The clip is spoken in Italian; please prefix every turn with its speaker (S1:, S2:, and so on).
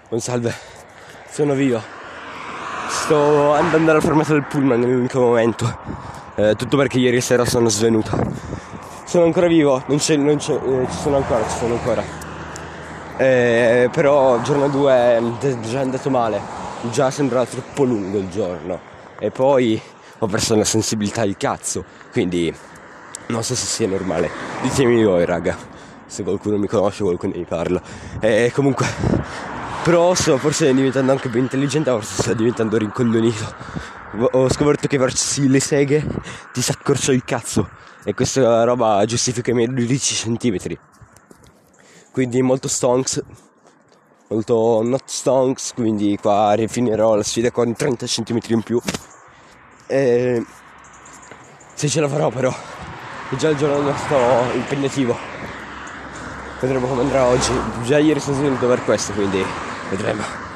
S1: salve, sono vivo. Sto andando alla fermata del pullman nell'unico momento. Tutto perché ieri sera sono svenuto. Sono ancora vivo, ci sono ancora. Però giorno 2 è già andato male. Già sembrava troppo lungo il giorno. E poi ho perso la sensibilità di cazzo. Quindi non so se sia normale. Ditemi voi, raga, se qualcuno mi conosce, qualcuno mi parla. Però forse diventando anche più intelligente, forse sto diventando rincoglionito. Ho scoperto che farci le seghe ti si accorcia il cazzo. E questa roba giustifica i miei 12 centimetri. Quindi molto stonks, molto not stonks. Quindi qua rifinirò la sfida con 30 centimetri in più. E se ce la farò, però è già il giorno sto impegnativo. Vedremo come andrà oggi. Già ieri sono svenuto per questo, quindi vedremo.